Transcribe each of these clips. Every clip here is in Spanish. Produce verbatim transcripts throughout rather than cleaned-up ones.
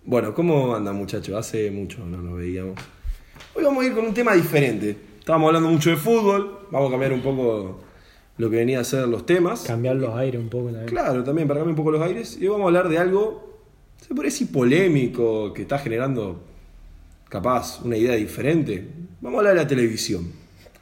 Bueno, ¿cómo andan, muchachos? Hace mucho no nos veíamos. Hoy vamos a ir con un tema diferente. Estábamos hablando mucho de fútbol, vamos a cambiar un poco lo que venía a ser los temas. Cambiar los aires un poco también. Claro, también para cambiar un poco los aires. Y hoy vamos a hablar de algo, se puede decir polémico, que está generando, capaz, una idea diferente. Vamos a hablar de la televisión.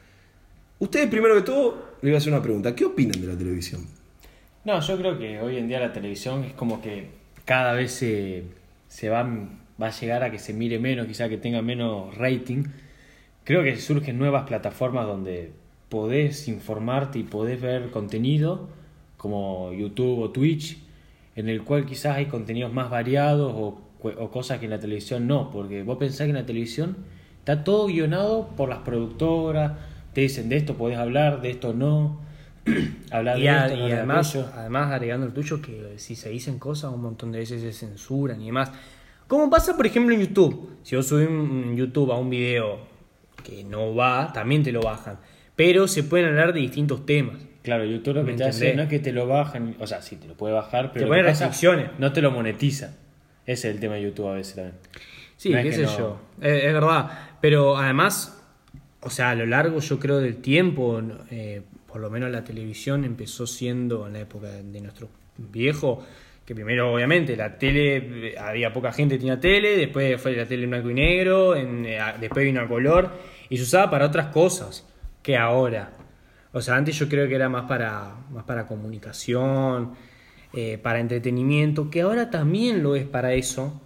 Ustedes, primero que todo, les voy a hacer una pregunta. ¿Qué opinan de la televisión? No, yo creo que hoy en día la televisión es como que cada vez se, se va, va a llegar a que se mire menos, quizá que tenga menos rating. Creo que surgen nuevas plataformas donde podés informarte y podés ver contenido como YouTube o Twitch, en el cual quizás hay contenidos más variados o, o cosas que en la televisión no, porque vos pensás que en la televisión está todo guionado por las productoras, te dicen de esto podés hablar, de esto no. Hablar Y, de a- esto, no y hablar de además, aquello. además agregando el tuyo, que si se dicen cosas un montón de veces se censuran y demás. Como pasa por ejemplo en YouTube. Si vos subís en YouTube a un video que no va, también te lo bajan. Pero se pueden hablar de distintos temas. Claro, YouTube lo que ¿Me te hace entendés? no es que te lo bajan, o sea, sí te lo puede bajar, pero Te lo pone que pasa, restricciones. no te lo monetiza. Ese es el tema de YouTube a veces también. Sí, No es qué que sé no- yo. Es, es verdad. Pero además, o sea, a lo largo yo creo del tiempo, eh, por lo menos la televisión empezó siendo en la época de nuestro viejo, que primero obviamente la tele, eh, había poca gente que tenía tele, después fue la tele en blanco y negro, en, eh, después vino a color, y se usaba para otras cosas que ahora. O sea, antes yo creo que era más para, más para comunicación, eh, para entretenimiento, que ahora también lo es para eso,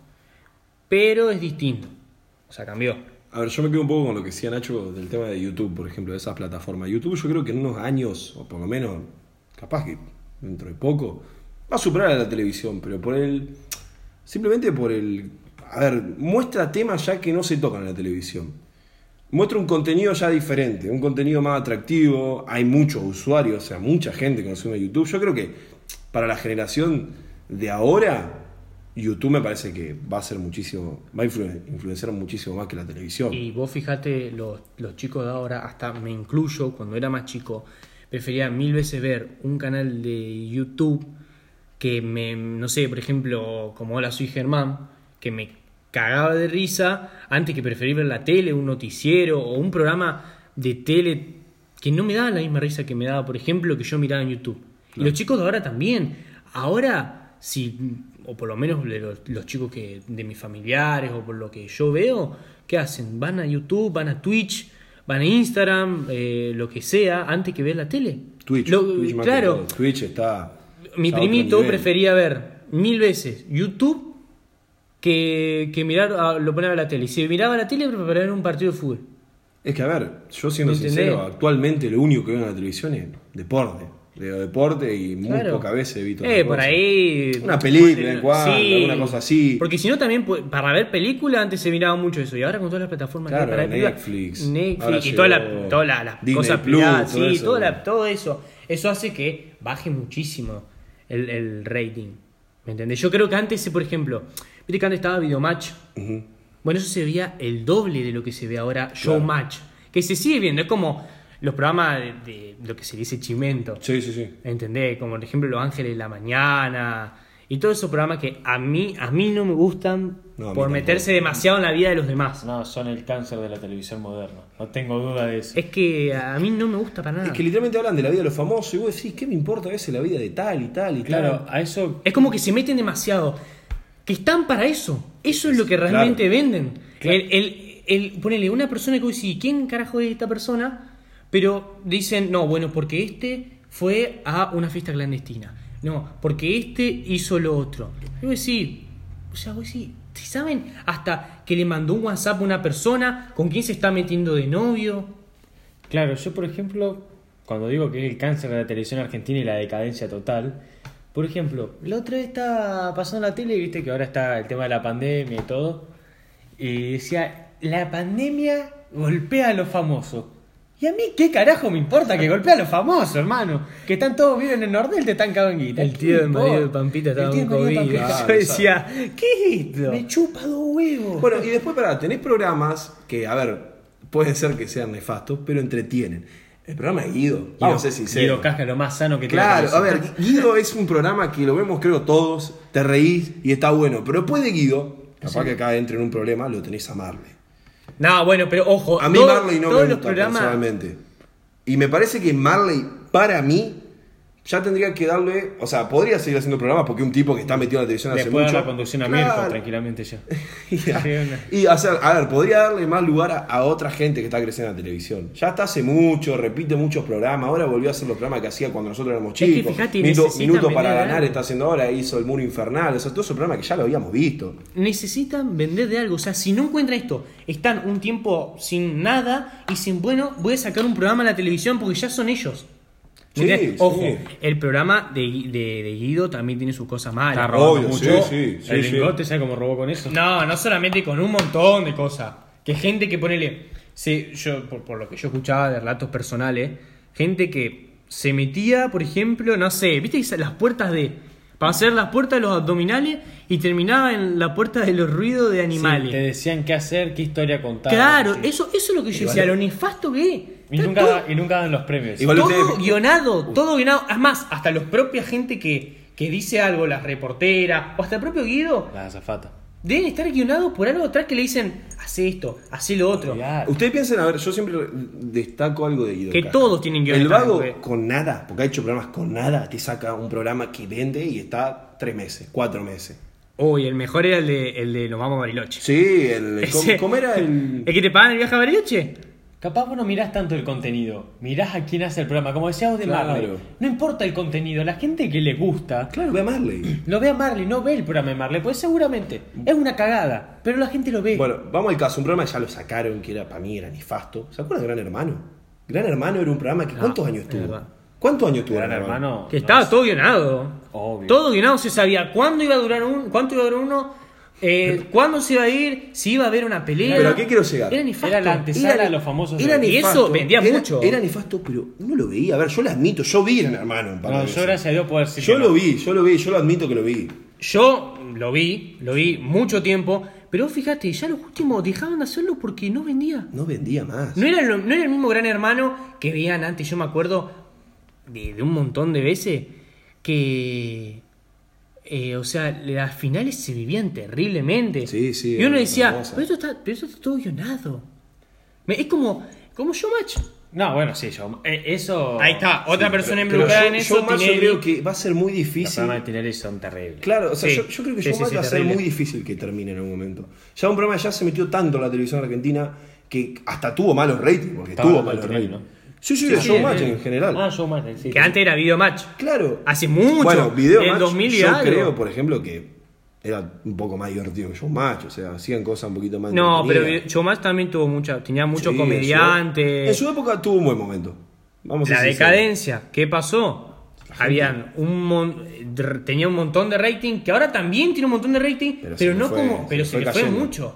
pero es distinto. O sea, cambió. A ver, yo me quedo un poco con lo que decía Nacho del tema de YouTube, por ejemplo, de esas plataformas. YouTube yo creo que en unos años, o por lo menos, capaz que dentro de poco, va a superar a la televisión, pero por el... Simplemente por el... A ver, muestra temas ya que no se tocan en la televisión. Muestra un contenido ya diferente, un contenido más atractivo. Hay muchos usuarios, o sea, mucha gente que consume YouTube. Yo creo que para la generación de ahora, YouTube me parece que va a ser muchísimo, va a influ- influenciar muchísimo más que la televisión. Y vos fijate, los, los chicos de ahora, hasta me incluyo, cuando era más chico, prefería mil veces ver un canal de YouTube que me, no sé, por ejemplo, como Hola soy Germán, que me cagaba de risa, antes que preferir ver la tele, un noticiero o un programa de tele que no me daba la misma risa que me daba, por ejemplo, que yo miraba en YouTube. Claro. Y los chicos de ahora también. Ahora, si, o por lo menos de los, los chicos que de mis familiares o por lo que yo veo, ¿qué hacen? Van a YouTube, van a Twitch, van a Instagram, eh, lo que sea, antes que ver la tele. Twitch, Lo- Twitch más que claro, todo. Twitch está... mi ya a otro primito nivel. prefería ver mil veces YouTube que, que mirar, a- lo ponía a la tele. Y si miraba la tele, prefería ver un partido de fútbol. Es que, a ver, yo siendo ¿Me sincero, entendés? actualmente lo único que veo en la televisión es deporte. Veo deporte y muy Claro. pocas veces evito Eh, por ahí. Una película de vez en cuando, Sí. alguna cosa así. Porque si no, también pu- para ver películas antes se miraba mucho eso. Y ahora con todas las plataformas Claro, que hay para ver películas, Netflix. Ahora Netflix y llegó todas la, toda la- las Disney cosas Plus, piratas, todo sí, eso. toda la- todo eso. Eso hace que baje muchísimo el, el rating. ¿Me entendés? Yo creo que antes, por ejemplo, viste que antes estaba Videomatch. Ujú. Bueno, eso se veía el doble de lo que se ve ahora Claro. Showmatch. Que se sigue viendo, es como los programas de, de lo que se dice Chimento. Sí, sí, sí. ¿Entendés? Como por ejemplo Los Ángeles de la Mañana y todos esos programas que a mí, a mí no me gustan No, a mí por tampoco. meterse demasiado en la vida de los demás. No, son el cáncer de la televisión moderna. No tengo duda de eso. Es que a mí no me gusta para nada. Es que literalmente hablan de la vida de los famosos y vos decís, ¿qué me importa a veces la vida de tal y tal y Claro, tal? a eso... Es como que se meten demasiado. Que están para eso. Eso es lo que realmente Claro. venden. Claro. El, el, el, ponele una persona que vos decís, ¿quién carajo es esta persona? Pero dicen, no, bueno, porque este fue a una fiesta clandestina. No, porque este hizo lo otro. Y vos decís, o sea, vos decís, ¿sí saben hasta que le mandó un WhatsApp a una persona con quien se está metiendo de novio? Claro, yo por ejemplo, cuando digo que es el cáncer de la televisión argentina y la decadencia total, por ejemplo, la otra vez estaba pasando la tele y viste que ahora está el tema de la pandemia y todo, y decía, la pandemia golpea a los famosos. ¿Y a mí qué carajo me importa que golpea a los famosos, hermano? Que están todos viven en el Nordel, te están cagando en guita. El ¿Qué tío me de María de importa? Pampita El estaba tío con de María de COVID. Pampita. Claro, Yo decía, ¿qué es esto? Me chupa dos huevos. Bueno, y después, pará, tenés programas que, a ver, pueden ser que sean nefastos, pero entretienen. El programa de Guido, vamos a ser sinceros. Guido Casca, lo más sano que tiene Claro, la a ver, Guido es un programa que lo vemos creo todos, te reís y está bueno. Pero después de Guido, Capaz Sí. que acá entre en un problema, lo tenés a Marley. No, bueno, pero ojo. A mí todo- Marley no todos me los gusta programas. personalmente. Y me parece que Marley, para mí, ya tendría que darle... O sea, podría seguir haciendo programas porque un tipo que está metido en la televisión hace Después mucho... de la conducción a Claro. Mirko, tranquilamente ya. y, y hacer, a ver, podría darle más lugar a, a otra gente que está creciendo en la televisión. Ya está hace mucho, repite muchos programas. Ahora volvió a hacer los programas que hacía cuando nosotros éramos que chicos. fíjate, Minuto, necesitan Minuto para vender ganar algo. está haciendo ahora. Hizo El Muro Infernal. O sea, todos esos programas que ya lo habíamos visto. Necesitan vender de algo. O sea, si no encuentran esto, están un tiempo sin nada y dicen, bueno, voy a sacar un programa en la televisión porque ya son ellos. Sí, ¿Entendés? sí. Ojo, el programa de, de, de Guido también tiene sus cosas malas. Está robando Obvio, mucho. sí, sí, sí, el sí. lingote, ¿sabes cómo robó con eso? No, no solamente con un montón de cosas. Que gente que ponele. Sí, yo, por, por lo que yo escuchaba de relatos personales, gente que se metía, por ejemplo, no sé, ¿viste las puertas de. Para hacer las puertas de los abdominales y terminaba en la puerta de los ruidos de Sí, animales. te decían qué hacer, qué historia contar. Claro, sí. eso, eso es lo que yo Igual- decía, lo nefasto que es. Y Está nunca, todo- y nunca dan los premios. Igual todo ustedes- guionado, todo guionado. Es más, hasta los propia gente que, que dice algo, las reporteras, o hasta el propio Guido, La azafata. deben estar guionados por algo atrás que le dicen, hace esto, hace lo otro. Olvidate. Ustedes piensen, a ver, yo siempre destaco algo de Guido Que Casca. todos tienen guiones El vago también, con nada, porque ha hecho programas con nada, te saca un programa que vende y está tres meses, cuatro meses. Uy, el mejor era el de, el de Nos vamos a Bariloche. Sí, el, ¿cómo, Ese- cómo era el...? ¿El que te pagan el viaje a Bariloche? Capaz vos no mirás tanto el contenido, mirás a quién hace el programa. Como decíamos de Claro. Marley, no importa el contenido, la gente que le gusta Claro, ve a Marley. lo ve a Marley, no ve el programa de Marley, pues seguramente es una cagada, pero la gente lo ve. Bueno, vamos al caso, un programa ya lo sacaron, que era para mí era nefasto. ¿Se acuerdan de Gran Hermano? Gran Hermano era un programa que... ¿Cuántos años es tuvo? verdad. ¿Cuántos años tuvo Gran hermano. Que no estaba es- todo guionado. Obvio. Todo guionado, se sabía cuándo iba a durar un, cuánto iba a durar uno, eh, cuándo se iba a ir, si iba a haber una pelea. ¿Pero a qué quiero llegar? Era nefasto. Era la antesala Era- de los famosos. Era de- Y eso nefasto, vendía era- mucho. Era nefasto, pero no lo veía. A ver, yo lo admito, yo vi Gran Hermano un par de No, veces. yo gracias a Dios puedo decir Yo que lo no. vi, yo lo vi, yo lo admito que lo vi. Yo lo vi, lo vi mucho tiempo, pero fíjate, ya los últimos dejaban de hacerlo porque no vendía. No vendía más. No era, lo- no era el mismo Gran Hermano que veían antes. Yo me acuerdo de, de un montón de veces que, eh, o sea, las finales se vivían terriblemente. Sí, sí, Y uno era decía, hermosa. pero esto, está, pero esto está todo guionado. Me- Es como, como Showmatch. No, bueno, sí, yo. eh, eso. Ahí está, otra persona Pero involucrada yo, en yo eso. más yo Tinelli. creo que va a ser muy Los difícil. programas de Tinelli son terribles. Claro, o sea, Sí. yo, yo creo que Sí, Showmatch sí, sí, va a ser terrible. muy difícil que termine en algún momento. Ya un programa ya se metió tanto en la televisión argentina que hasta tuvo malos ratings, porque Estaba tuvo hablando malos de Tinelli, ratings. ¿no? Sí, sí, Sí, de sí, Showmatch sí. en general. Ah, yo más, sí. Que antes era Videomatch. Claro. Hace mucho. Bueno, video del match, dos mil y yo algo. creo, por ejemplo, que era un poco más divertido que Showmatch. O sea, hacían cosas un poquito más No, pero entretenidas. Showmatch también tuvo mucha, tenía muchos Sí, comediantes. En su, en su época tuvo un buen momento. Vamos a La ser sinceros. decadencia, ¿qué pasó? Habían un mon- dr- tenía un montón de rating, que ahora también tiene un montón de rating, Pero pero, se le no fue, como, se pero le se fue le fue cayendo. mucho.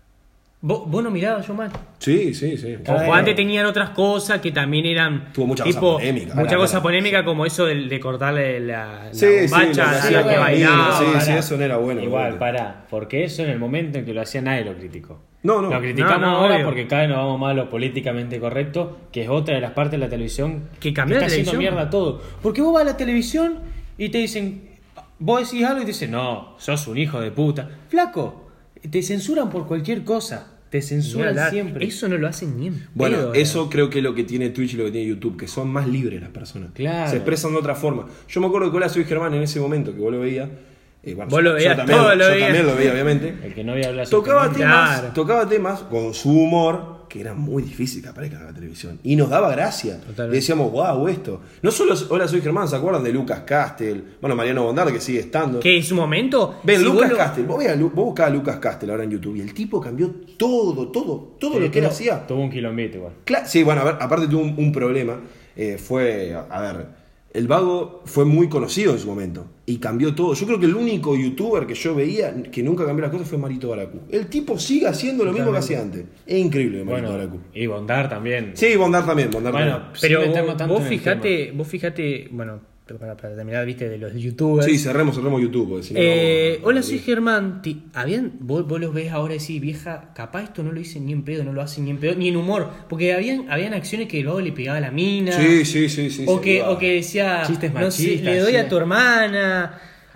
¿Vos, vos no mirabas Showmatch? Sí, sí, sí. Cada Ojo, vez- antes tenían otras cosas que también eran Tuvo mucha cosa tipo, polémica, mucha ahora, cosa ahora. polémica como eso de, de cortarle la, la Sí, sí, bombacha lo que a la hacía que con bailaba. Camilo, sí, Pará. sí, eso no era bueno. Igual, realmente. pará. Porque eso en el momento en que lo hacía nadie lo criticó. No, no. Lo criticamos No, no, ahora obvio. porque cada vez nos vamos más a lo políticamente correcto, que es otra de las partes de la televisión Que cambió está la haciendo televisión. mierda todo. Porque vos vas a la televisión y te dicen, vos decís algo y te dicen, no, sos un hijo de puta. Flaco, te censuran por cualquier cosa. Te Ni censuran hablar. siempre. Eso no lo hacen ni en Bueno, pedo, eso creo que es lo que tiene Twitch y lo que tiene YouTube, que son más libres las personas. Claro. Se expresan de otra forma. Yo me acuerdo que Hola Soy Germán en ese momento, que vos lo veías. eh, bueno, Vos yo- lo yo veías, también, todo lo yo veías. también lo veía, obviamente. El que no había hablado Tocaba sobre- temas, Claro. tocaba temas con su humor, que era muy difícil que aparezcan en la televisión. Y nos daba gracia. Totalmente. Y decíamos, wow, esto. No solo Hola Soy Germán, ¿se acuerdan de Lucas Castel? Bueno, Mariano Bondar, que sigue estando. Que en su momento. Ven, si Lucas vos lo- Castel, vos, veas, vos buscás a Lucas Castel ahora en YouTube y el tipo cambió todo, todo, todo lo que él tuvo- hacía. Tuvo un quilombito igual. Cla- sí, bueno, a ver, aparte tuvo un, un problema. eh, fue, a ver, el Vago fue muy conocido en su momento y cambió todo. Yo creo que el único youtuber que yo veía que nunca cambió las cosas fue Marito Baracú. El tipo sigue haciendo lo mismo que hacía antes. Es increíble, Marito Bueno, Baracú. y Bondar también. Sí, Bondar también, Bondar Bueno, también. Pero sin vos, meternos tanto vos en el fijate, vos fijate, bueno, para, para terminar, viste, de los youtubers. Sí, cerremos, cerremos YouTube. porque si no, Eh, no- hola, soy Germán. Ti- Habían, vos, vos los ves ahora y decís, vieja, capaz esto no lo dicen ni en pedo, no lo hacen ni en pedo, ni en humor. Porque habían, habían acciones que luego le pegaba a la mina. Sí, sí, sí, sí. o, sí, que, va. o que decía, Chistes no sé, machistas, le doy sí. a tu hermana.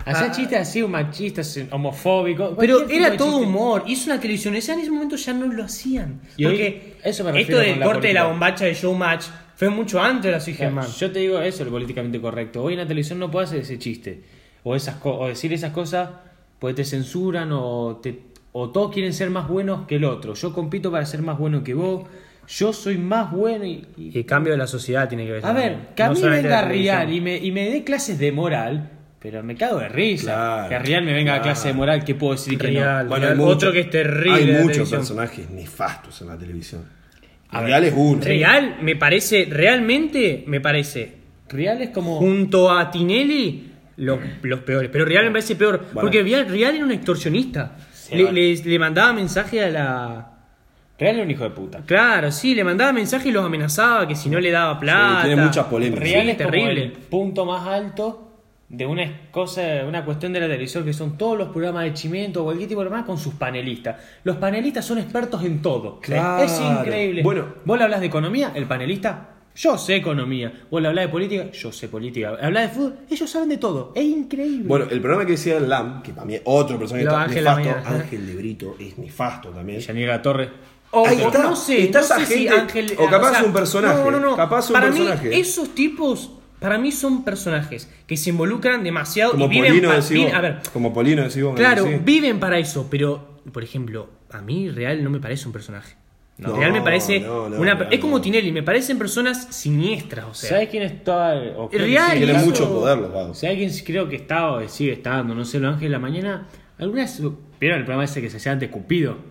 Hacía chistes así, machistas, homofóbicos. Pero cualquier era tipo de todo chiste. humor. Hizo una televisión. Esa en ese momento ya no lo hacían. Y hoy- Porque eso me esto refiero del con la corte de la política. bombacha de Showmatch fue mucho antes de las hijas Claro, man. yo te digo eso, lo políticamente correcto. Hoy en la televisión no puedes hacer ese chiste. O, esas co- o decir esas cosas, pues te censuran o, te, o todos quieren ser más buenos que el otro. Yo compito para ser más bueno que vos. Yo soy más bueno y... y- Y el cambio de la sociedad tiene que ver. A ver, también. que a No mí solamente venga la televisión. Rial y me, y me dé clases de moral, pero me cago de risa. Claro, que a Rial me venga claro. a clase de moral, ¿qué puedo decir que no? Rial. Bueno, hay Otro mucho- que es terrible Hay en la muchos televisión. personajes nefastos en la televisión. A Real ver, es uno. Real me parece, realmente me parece, Rial es como... junto a Tinelli, los, los peores. Pero Real me parece peor. Bueno. Porque Real, Real era un extorsionista. Sí, le, vale. le- le mandaba mensaje a la. Real es un hijo de puta. Claro, sí, le mandaba mensaje y los amenazaba que si no le daba plata. tiene muchas polémicas. Real Sí, es como terrible. el punto más alto de una cosa, una cuestión de la televisión que son todos los programas de Chimento o cualquier tipo de programa con sus panelistas. Los panelistas son expertos en todo. Claro. Es increíble. Bueno. Vos le hablas de economía, el panelista, yo sé economía. Vos le hablas de política, yo sé política. Hablas de fútbol, ellos saben de todo. Es increíble. Bueno, el programa que decía el Lam, que para mí es otro personaje Lo está Ángel nefasto, Mañana. Ángel de Brito es nefasto también. Yanira Torre. O, Ahí o está, no sé, está no esa sé si gente- Ángel. o capaz un personaje, No, no, no. capaz un para personaje. mí, esos tipos, para mí son personajes que se involucran demasiado Como y viven Polino pa- decís viven- vos. a ver, Como Polino decís vos, claro, sí. viven para eso, pero, por ejemplo, a mí Real no me parece un personaje. No, Real me parece no, no, una Real es como no. Tinelli, me parecen personas siniestras, o sea. ¿Sabes quién está? O creo que Real, sigue Tiene eso- estando? mucho poder, los vagos. ¿Sabes quién creo que está o sigue estando? No sé, los Ángeles de la Mañana. ¿Alguna vez vieron el programa ese que se hacía antes Cupido?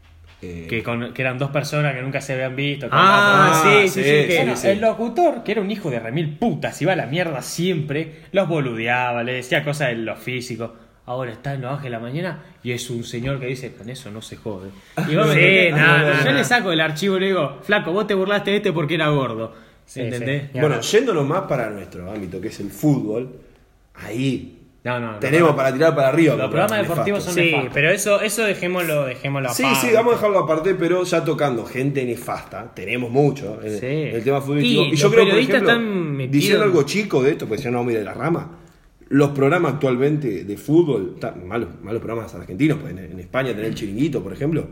Eh, Que, con- que eran dos personas que nunca se habían visto. que Ah, hablaban- sí, sí, sí, sí, que- Bueno, sí. el locutor, que era un hijo de remil putas, iba a la mierda siempre, los boludeaba, le decía cosas de lo físico. Ahora está en Los Ángeles de la Mañana y es un señor que dice, con eso no se jode. Y vos me Sí, entendés, no, no, yo no. le saco el archivo y le digo, flaco, vos te burlaste de este porque era gordo. Sí, ¿Entendés? sí. bueno, yéndonos más para nuestro ámbito, que es el fútbol, ahí No, no, no. tenemos no. para tirar para arriba. Los con programas nefastos. deportivos son Sí, nefastos. pero eso eso dejémoslo, dejémoslo Sí, aparte. sí, vamos a dejarlo aparte, pero ya tocando gente nefasta, tenemos mucho en, Sí. en el tema futbolístico. Y Y, los yo creo, por periodistas ejemplo, están metidos- diciendo algo chico de esto, pues ya no vamos a ir de la rama, los programas actualmente de fútbol, ta- malos, malos programas argentinos, pues en, en España tener el Chiringuito, por ejemplo,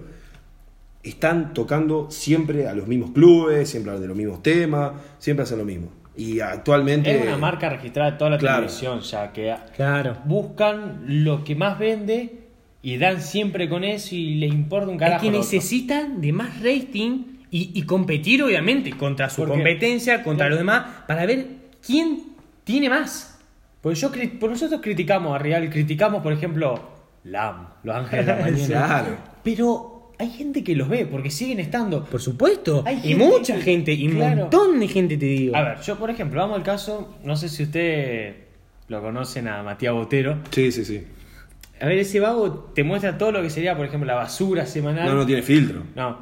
están tocando siempre a los mismos clubes, siempre hablan de los mismos temas, siempre hacen lo mismo. Y actualmente... Es una marca registrada de toda la Claro. televisión, ya que Claro. buscan lo que más vende y dan siempre con eso y les importa un Es carajo. que lo otro. necesitan de más rating y, y competir, obviamente, contra su Porque- competencia, contra Claro. los demás, para ver quién tiene más. Pues yo cri- por nosotros criticamos a Real, criticamos por ejemplo Lam, Los Ángeles de la Mañana. Claro. Pero hay gente que los ve porque siguen estando. Por supuesto. Hay y gente mucha que- gente, y un claro. montón de gente, te digo. A ver, yo por ejemplo, vamos al caso, no sé si usted lo conocen a Matías Botero. Sí, sí, sí. A ver, ese vago te muestra todo lo que sería, por ejemplo, la basura semanal. No, no tiene filtro. No.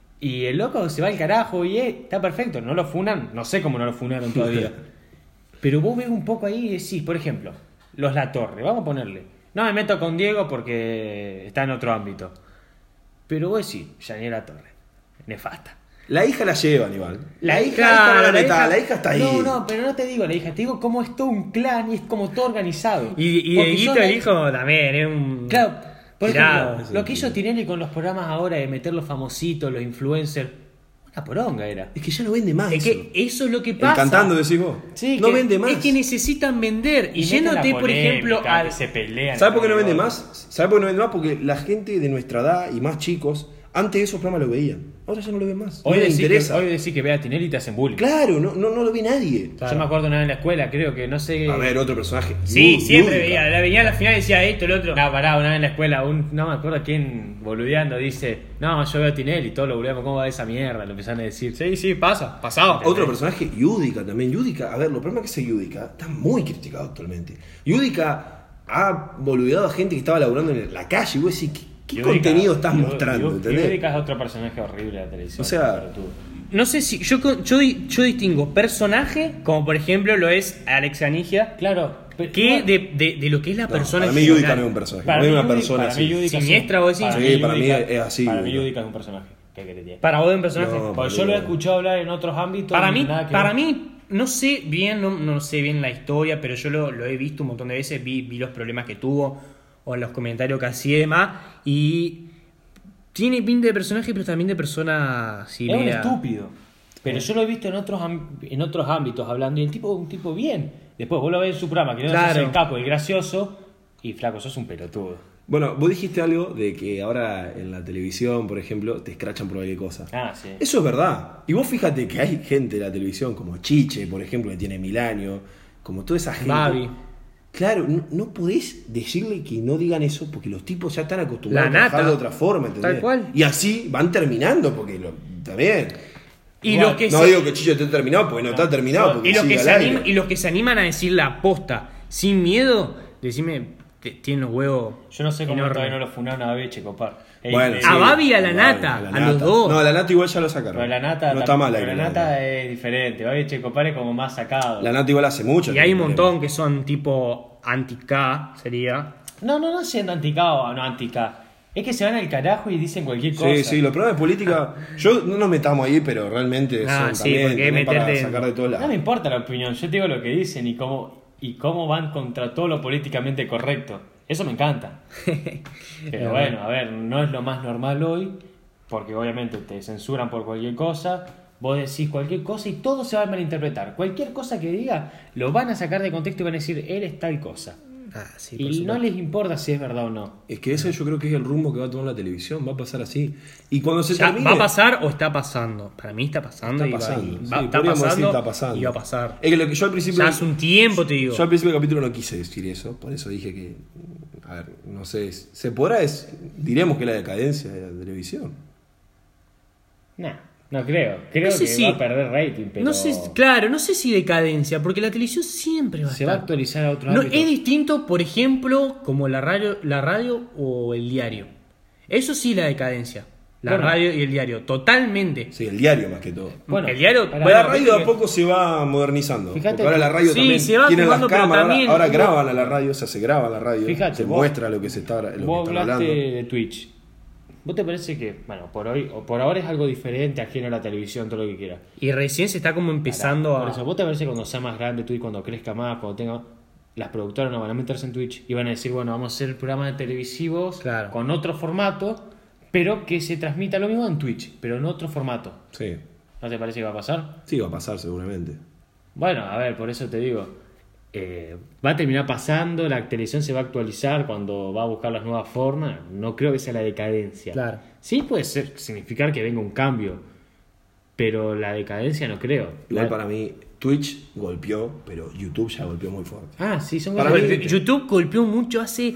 Y el loco se va al carajo y eh, está perfecto. No lo funan. No sé cómo no lo funaron todavía. Pero vos ves un poco ahí y decís, por ejemplo, los La Torre. Vamos a ponerle. No me meto con Diego porque está en otro ámbito. Pero vos decís, Yanira La Torre. Nefasta. La hija la llevan igual. La hija, Claro, está- la hija- la hija está ahí. No, no, pero no te digo la hija, te digo cómo es todo un clan y es como todo organizado. Y, y Porque Dieguito, son el ahí- hijo, también es un. Claro, por tirado. ejemplo, lo que hizo Tinelli con los programas ahora de meter los famositos, los influencers, una poronga era. Es que ya no vende más. Es eso. que eso es lo que El pasa. cantando decís vos. Sí, no que- vende más. Es que necesitan vender. Y, meten yéndote, la por ejemplo, polémica, al. que se pelean. ¿Sabes por qué no vende entre más? ¿Sabes por qué no vende más? Porque la gente de nuestra edad y más chicos, antes esos programas lo veían. Ahora ya no lo ven más. Hoy no les decís que, interesa. hoy decís que ve a Tinelli y te hacen bullying. Claro, no, no, no lo ve nadie. Yo me acuerdo una vez en la escuela, creo que no sé. A ver, otro personaje. Sí, Yu- siempre Yudica. veía. La venía a la final y decía esto, el otro. No, pará, una vez en la escuela, un, no me acuerdo quién boludeando dice, no, yo veo a Tinelli y todos lo boludeamos, ¿cómo va esa mierda? Lo empezaron a decir. Sí, sí, pasa. Pasado. Otro personaje, Yudica también. Yudica, a ver, lo problema es que ese Yudica está muy criticado actualmente. Yudica ha boludeado a gente que estaba laburando en la calle. Y vos decís, ¿qué, qué Yudica- contenido estás Yu- mostrando? Yu- ¿Entendés? Yudica es otro personaje horrible de la televisión. O sea, pelotudo. No sé si. Yo, con- yo, di- yo distingo personaje, como por ejemplo lo es Alex Anigia, Claro, pero- que de, de, de lo que es la No, persona. para mí en Yudica general. no es un personaje. Para no es mí una Yudica- persona para mí así. Yudica es Siniestra, un- vos decís. Sí, para mí Yudica- es así, Para mí boludo. Yudica es un personaje. ¿Qué querés decir? Para vos es un personaje. No, Porque para yo mí lo he no. escuchado hablar en otros ámbitos. Para y mí, nada que para ver. mí, no sé bien, no, no sé bien la historia, pero yo lo, lo he visto un montón de veces, vi, vi los problemas que tuvo o los comentarios que hacía y demás, y tiene pinta de personaje, pero también de persona... Sí, es un media- estúpido. Pero yo lo he visto en otros am- en otros ámbitos hablando, y el tipo es un tipo bien. Después vos lo ves en su programa, que no Claro. es el capo, el gracioso, y flaco, sos un pelotudo. Bueno, vos dijiste algo de que ahora en la televisión, por ejemplo, te escrachan por cualquier cosa. Ah, sí. Eso es verdad. Y vos fíjate que hay gente de la televisión, como Chiche, por ejemplo, que tiene mil años, como toda esa gente. Babi. Claro, no, no podés decirle que no digan eso porque los tipos ya están acostumbrados La a trabajar nata. de otra forma, ¿entendés? Tal cual. Y así van terminando, porque lo, también. Y no, los que no se- digo que Chiche esté terminado, porque no, está terminado. Porque Y los, sigue que al se aire. anima- y los que se animan a decir la posta sin miedo, decime, te- tienen los huevos. Yo no sé cómo enormes. todavía no lo funaron a Beche, copar. Es Bueno, increíble. A Babi y a la Babi, nata, a los dos. No, a la nata igual ya lo sacaron. Pero la nata, no está mal pero ahí. la nata es diferente. Babi Checopar es como más sacado. La nata igual hace mucho. Y hay un que- montón que son tipo anti-K, sería. No, no, no siendo anti-K o no anti-K. Es que se van al carajo y dicen cualquier cosa. Sí, sí, los problemas de política, yo no nos metamos ahí, pero realmente Ah, son sí, también porque tenés para meterte en- sacar de todos No me lados. importa la opinión, yo te digo lo que dicen y cómo, y cómo van contra todo lo políticamente correcto. Eso me encanta. Pero bueno, a ver, no es lo más normal hoy, porque obviamente te censuran por cualquier cosa. Vos decís cualquier cosa y todo se va a malinterpretar. Cualquier cosa que diga, lo van a sacar de contexto y van a decir, él es tal cosa. Ah, sí, por Y no supuesto. les importa si es verdad o no. Es que ese yo creo que es el rumbo que va a tomar la televisión, va a pasar así. Y cuando se Ya, termine... ¿va a pasar o está pasando? Para mí está pasando. Está y va- pasando. y sí, va- está, podríamos decir pasando está pasando. y va a pasar. Es que lo que yo al principio... Ya hace un tiempo te digo. Yo al principio del capítulo no quise decir eso, por eso dije que... A ver, no sé, se podrá... Es, diremos que la decadencia de la televisión. Nah, no creo. Creo No sé que si- va a perder rating, pero No sé, claro, no sé si decadencia, porque la televisión siempre va a se va a estar. actualizar a otro No, ámbito. es distinto, por ejemplo, como la radio, la radio o el diario. Eso sí la decadencia. La Bueno. radio y el diario, totalmente. Sí, el diario más que todo. Bueno, el diario, pará, Bueno, la no, radio viste de a que- poco se va modernizando. Fíjate Porque ahora que- la radio sí, también se va tiene las jugando, pero cámaras, ahora- también- ahora, vos- graban a la radio, o sea, se graba la radio, Fíjate, se vos- muestra lo que se está, lo que Vos están hablaste hablando. de Twitch. ¿Vos te parece que, bueno, por hoy o por ahora es algo diferente, ajeno a la televisión, todo lo que quieras? Y recién se está como empezando Por a. eso, ¿vos te parece que cuando sea más grande Twitch, cuando crezca más, cuando tenga... Las productoras no van a meterse en Twitch y van a decir, bueno, vamos a hacer programas televisivos Claro. con otro formato, pero que se transmita lo mismo en Twitch, pero en otro formato. Sí, ¿No te parece que va a pasar? sí, va a pasar seguramente. Bueno, a ver, por eso te digo, eh, va a terminar pasando, la televisión se va a actualizar cuando va a buscar las nuevas formas, no creo que sea la decadencia. Claro. Sí puede ser, significar que venga un cambio, pero la decadencia no creo. Igual La- para mí, Twitch golpeó, pero YouTube ya golpeó muy fuerte. Ah, sí, son Para cosas mí- diferentes. YouTube golpeó mucho hace.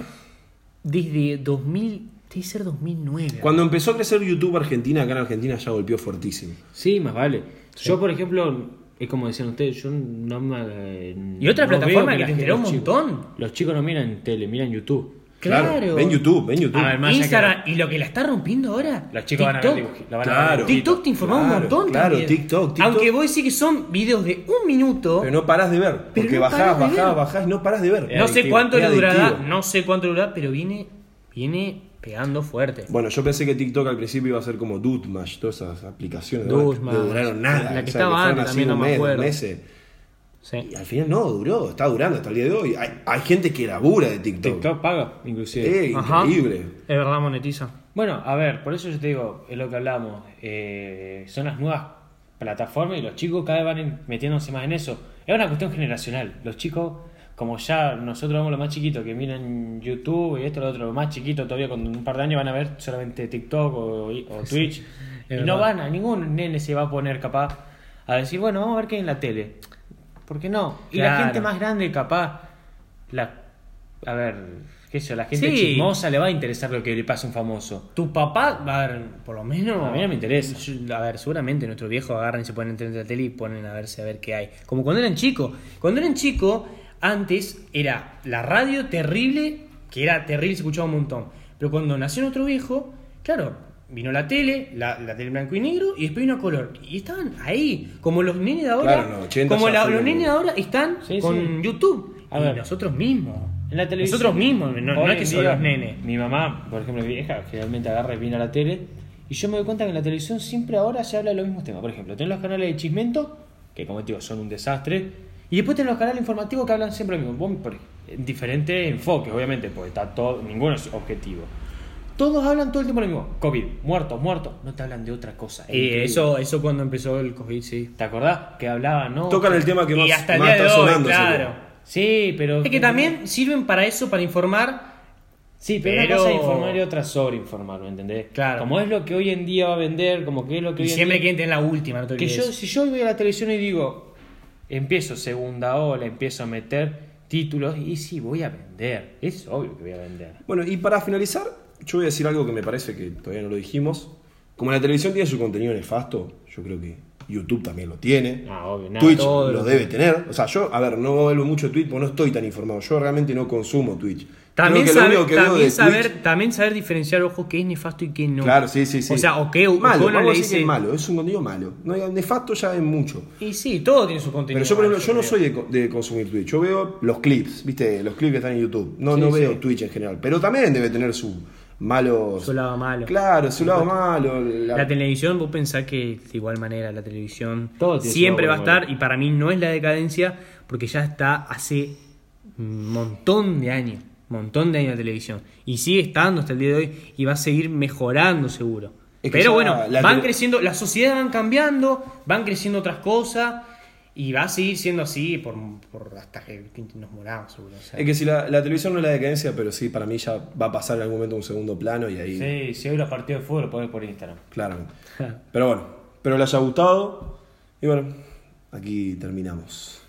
Desde dos mil. Debe ser dos mil nueve. Cuando empezó a crecer YouTube Argentina, acá en Argentina ya golpeó fuertísimo. Sí, más vale. Yo, por ejemplo, es como decían ustedes, yo no me... eh, Y otra no plataforma veo que la te gente- enteró un los chicos- montón. Los chicos no miran tele, miran YouTube. Claro. Ven YouTube, ven YouTube. A ver, más allá Instagram. Y lo que la está rompiendo ahora. Los chicos van a ver dibujos, la van a ver Claro. dibujitos. TikTok te informa un Claro, montón claro, también. TikTok, TikTok. Aunque vos decís que son videos de un minuto. Pero no parás de ver, Pero porque no bajás, parás de bajás, ver. bajás y no parás de ver. Es no sé adictivo, cuánto es le durará. adictivo. No sé cuánto le durará, pero viene. Viene pegando fuerte. Bueno, yo pensé que TikTok al principio iba a ser como Dutmash, todas esas aplicaciones. Dutmash. No duraron nada. La que o sea, estaba fueron antes así también, no un me mes, acuerdo. meses. Sí. Y al final no, duró, está durando hasta el día de hoy. Hay, hay gente que labura de TikTok. TikTok paga, inclusive. Eh, Ajá. increíble. Es verdad, monetiza. Bueno, a ver, por eso yo te digo, es lo que hablamos. eh, son las nuevas plataformas y los chicos cada vez van en- metiéndose más en eso. Es una cuestión generacional. Los chicos, como ya nosotros vemos los más chiquitos que miran YouTube y esto, lo otro, los más chiquitos todavía con un par de años van a ver solamente TikTok o, o Twitch. y es no verdad. van a, ningún nene se va a poner capaz a decir, bueno, vamos a ver qué hay en la tele. ¿Por qué no? Y la Claro. gente más grande capaz, la, a ver, qué sé yo, la gente Sí. chismosa le va a interesar lo que le pasa a un famoso. Tu papá, a ver, por lo menos. A mí no me interesa. Yo- A ver, seguramente nuestros viejos agarran y se ponen frente a la tele y ponen a verse a ver qué hay. Como cuando eran chicos. Cuando eran chicos, antes era la radio terrible, que era terrible, se escuchaba un montón. Pero cuando nació nuestro viejo, claro, vino la tele, la, la tele en blanco y negro, y después vino a color. Y estaban ahí, como los nenes de ahora. Claro, en los ochenta como ya la- fue los como- nenes de ahora están Sí, con sí. YouTube. A y ver. nosotros mismos. En la televisión. Nosotros mismos, no, no hoy es que en son día, los nenes. Mi mamá, por ejemplo, mi vieja, generalmente agarra y viene a la tele. Y yo me doy cuenta que en la televisión siempre ahora se habla de los mismos temas. Por ejemplo, tenés los canales de Chismento, que como te digo, son un desastre. Y después tenés los canales informativos que hablan siempre lo mismo, vos, por- en diferentes enfoques, obviamente, porque está todo, ninguno es objetivo. Todos hablan todo el tiempo lo mismo. COVID, muertos, muertos. No te hablan de otra cosa. Es Y increíble. eso, eso cuando empezó el COVID, sí. ¿Te acordás? Que hablaban, ¿no? Tocan el tema que Y más, hasta el más día de está hoy, sonando. claro. seguro. Sí, pero... Es que también sirven para eso, para informar. Sí, pero, Pero- una cosa es informar y otra sobreinformar, ¿me entendés? Claro. Como es lo que hoy en día va a vender, como que es lo que Y hoy en siempre día... quieren tener la última, no te Que yo, olvides. si yo voy a la televisión y digo, empiezo segunda ola, empiezo a meter títulos, y sí, voy a vender. Es obvio que voy a vender. Bueno, y para finalizar, yo voy a decir algo que me parece que todavía no lo dijimos. Como la televisión tiene su contenido nefasto, yo creo que YouTube también lo tiene. Ah, obvio, nada. Twitch todo lo lo- debe tener. O sea, yo, a ver, no vuelvo mucho a Twitch porque no estoy tan informado. Yo realmente no consumo Twitch. También, Creo que saber, lo único que veo también, de saber, Twitch- también saber diferenciar, ojo, qué es nefasto y qué no. Claro, sí, sí, sí. O sea, o qué, o qué malo, uno vamos a le decir que dice. es malo, es un contenido malo. No hay- nefasto ya es mucho. Y sí, todo tiene su contenido. Pero yo, por ejemplo, malo, yo no creo. soy de, co- de consumir Twitch. Yo veo los clips, ¿viste? Los clips que están en YouTube. No, Sí, no sí. veo Twitch en general. Pero también debe tener su malos. Su lado malo. Claro, su lado malo. la- La televisión, vos pensás que de igual manera la televisión Todo tiene su siempre va lado a estar, bueno. y para mí no es la decadencia, porque ya está hace un montón de años, montón de años la televisión, y sigue estando hasta el día de hoy, y va a seguir mejorando seguro. Es que Pero ya bueno, la van tele- creciendo, las sociedades van cambiando, van creciendo otras cosas, y va a seguir siendo así por, por hasta que nos moramos seguro. O sea. Es que si la, la televisión no es la decadencia, pero sí, para mí ya va a pasar en algún momento a un segundo plano y ahí. Sí, si hoy los partidos de fútbol lo pones por Instagram. Claramente. Pero bueno, espero les haya gustado. Y bueno, aquí terminamos.